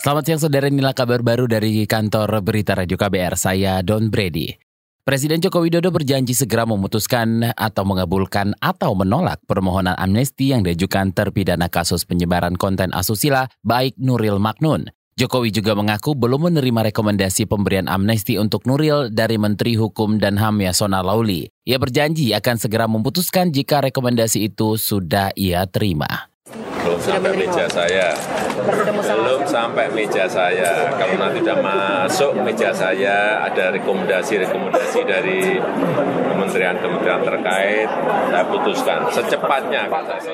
Selamat siang saudara, inilah kabar baru dari kantor Berita Radio KBR, saya Don Brady. Presiden Joko Widodo berjanji segera memutuskan atau mengabulkan atau menolak permohonan amnesti yang diajukan terpidana kasus penyebaran konten asusila baik Nuril Magnun. Jokowi juga mengaku belum menerima rekomendasi pemberian amnesti untuk Nuril dari Menteri Hukum dan HAM Yasona Laoly. Ia berjanji akan segera memutuskan jika rekomendasi itu sudah ia terima. Belum sampai meja saya. Kalau nanti sudah masuk meja saya, ada rekomendasi dari kementerian-kementerian terkait, saya putuskan secepatnya.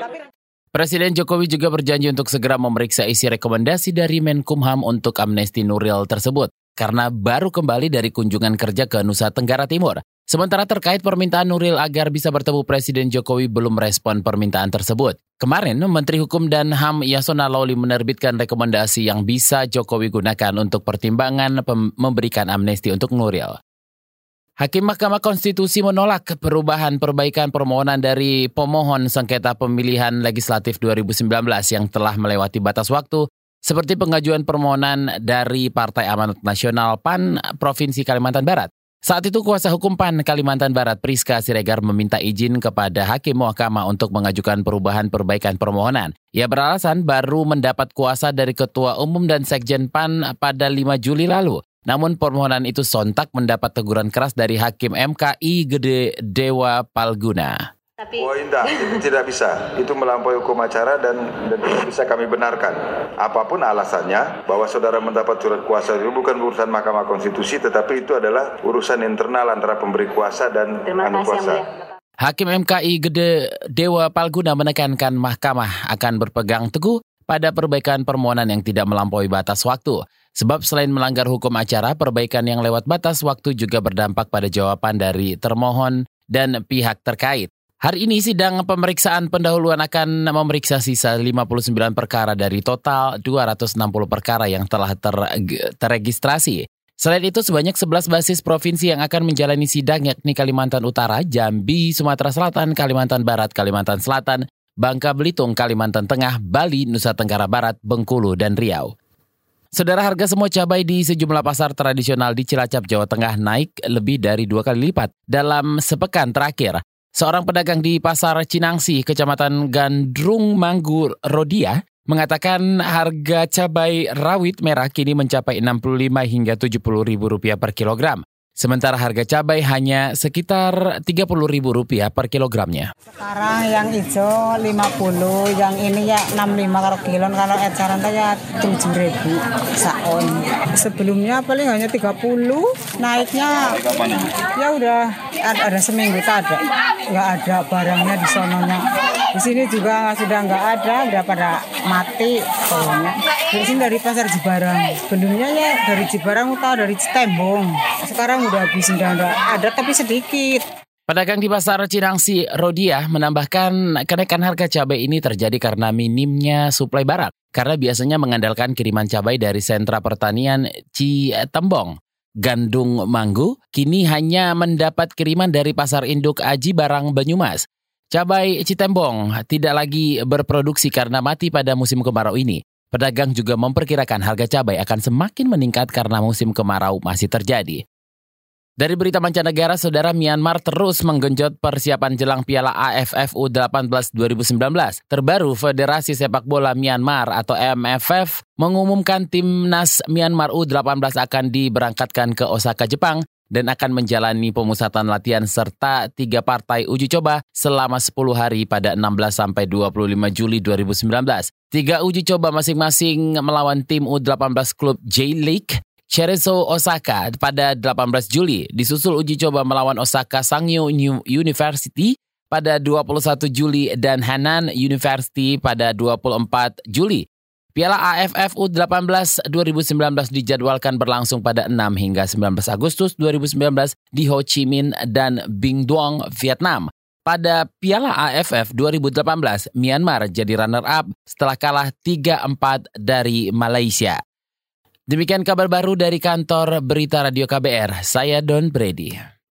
Presiden Jokowi juga berjanji untuk segera memeriksa isi rekomendasi dari Menkumham untuk amnesti Nuril tersebut, karena baru kembali dari kunjungan kerja ke Nusa Tenggara Timur. Sementara terkait permintaan Nuril agar bisa bertemu Presiden Jokowi belum respon permintaan tersebut. Kemarin, Menteri Hukum dan HAM Yasona Laoly menerbitkan rekomendasi yang bisa Jokowi gunakan untuk pertimbangan memberikan amnesti untuk Nuril. Hakim Mahkamah Konstitusi menolak perbaikan permohonan dari pemohon sengketa pemilihan legislatif 2019 yang telah melewati batas waktu, seperti pengajuan permohonan dari Partai Amanat Nasional PAN Provinsi Kalimantan Barat. Saat itu kuasa hukum PAN Kalimantan Barat Priska Siregar meminta izin kepada Hakim Mahkamah untuk mengajukan perbaikan permohonan. Ia beralasan baru mendapat kuasa dari Ketua Umum dan Sekjen PAN pada 5 Juli lalu. Namun permohonan itu sontak mendapat teguran keras dari Hakim MK I Gede Dewa Palguna. Itu tidak bisa. Itu melampaui hukum acara dan tidak bisa kami benarkan. Apapun alasannya, bahwa saudara mendapat surat kuasa itu bukan urusan Mahkamah Konstitusi, tetapi itu adalah urusan internal antara pemberi kuasa dan anu kuasa. Hakim MKI Gede Dewa Palguna menekankan mahkamah akan berpegang teguh pada perbaikan permohonan yang tidak melampaui batas waktu. Sebab selain melanggar hukum acara, perbaikan yang lewat batas waktu juga berdampak pada jawaban dari termohon dan pihak terkait. Hari ini sidang pemeriksaan pendahuluan akan memeriksa sisa 59 perkara dari total 260 perkara yang telah terregistrasi. Selain itu, sebanyak 11 basis provinsi yang akan menjalani sidang yakni Kalimantan Utara, Jambi, Sumatera Selatan, Kalimantan Barat, Kalimantan Selatan, Bangka Belitung, Kalimantan Tengah, Bali, Nusa Tenggara Barat, Bengkulu, dan Riau. Saudara, harga semua cabai di sejumlah pasar tradisional di Cilacap, Jawa Tengah naik lebih dari 2 kali lipat dalam sepekan terakhir. Seorang pedagang di Pasar Cinangsi, Kecamatan Gandrung Manggu Rodia, mengatakan harga cabai rawit merah kini mencapai Rp65 hingga Rp70.000 per kilogram. Sementara harga cabai hanya sekitar Rp30.000 per kilogramnya. Sekarang yang hijau 50, yang ini ya 65 kalau kilon, kalau ecaran ya 7.000 saon. Sebelumnya paling hanya 30, naiknya ya udah ada seminggu tak ada. Nggak ada barangnya di sononya. Di sini juga sudah nggak ada, udah pada mati pokoknya. Di sini dari Pasar Cibarang. Sebelumnya ya dari Cibarang atau dari Citembong. Sekarang udah habis, udah ada tapi sedikit. Pedagang di Pasar Cinangsi Rodia menambahkan kenaikan harga cabai ini terjadi karena minimnya suplai barang. Karena biasanya mengandalkan kiriman cabai dari sentra pertanian Citembong. Gandrung Manggu kini hanya mendapat kiriman dari Pasar Induk Aji Barang Banyumas. Cabai Citembong tidak lagi berproduksi karena mati pada musim kemarau ini. Pedagang juga memperkirakan harga cabai akan semakin meningkat karena musim kemarau masih terjadi. Dari berita mancanegara, saudara, Myanmar terus menggenjot persiapan jelang Piala AFF U18 2019. Terbaru, Federasi Sepak Bola Myanmar atau MFF mengumumkan timnas Myanmar U18 akan diberangkatkan ke Osaka, Jepang, dan akan menjalani pemusatan latihan serta 3 partai uji coba selama 10 hari pada 16-25 Juli 2019. 3 uji coba masing-masing melawan tim U18 klub J-League Cerezo Osaka pada 18 Juli, disusul uji coba melawan Osaka Sangyo University pada 21 Juli dan Hanan University pada 24 Juli. Piala AFF U18 2019 dijadwalkan berlangsung pada 6 hingga 19 Agustus 2019 di Ho Chi Minh dan Binh Duong, Vietnam. Pada Piala AFF 2018, Myanmar jadi runner-up setelah kalah 3-4 dari Malaysia. Demikian kabar baru dari kantor Berita Radio KBR, saya Don Brady.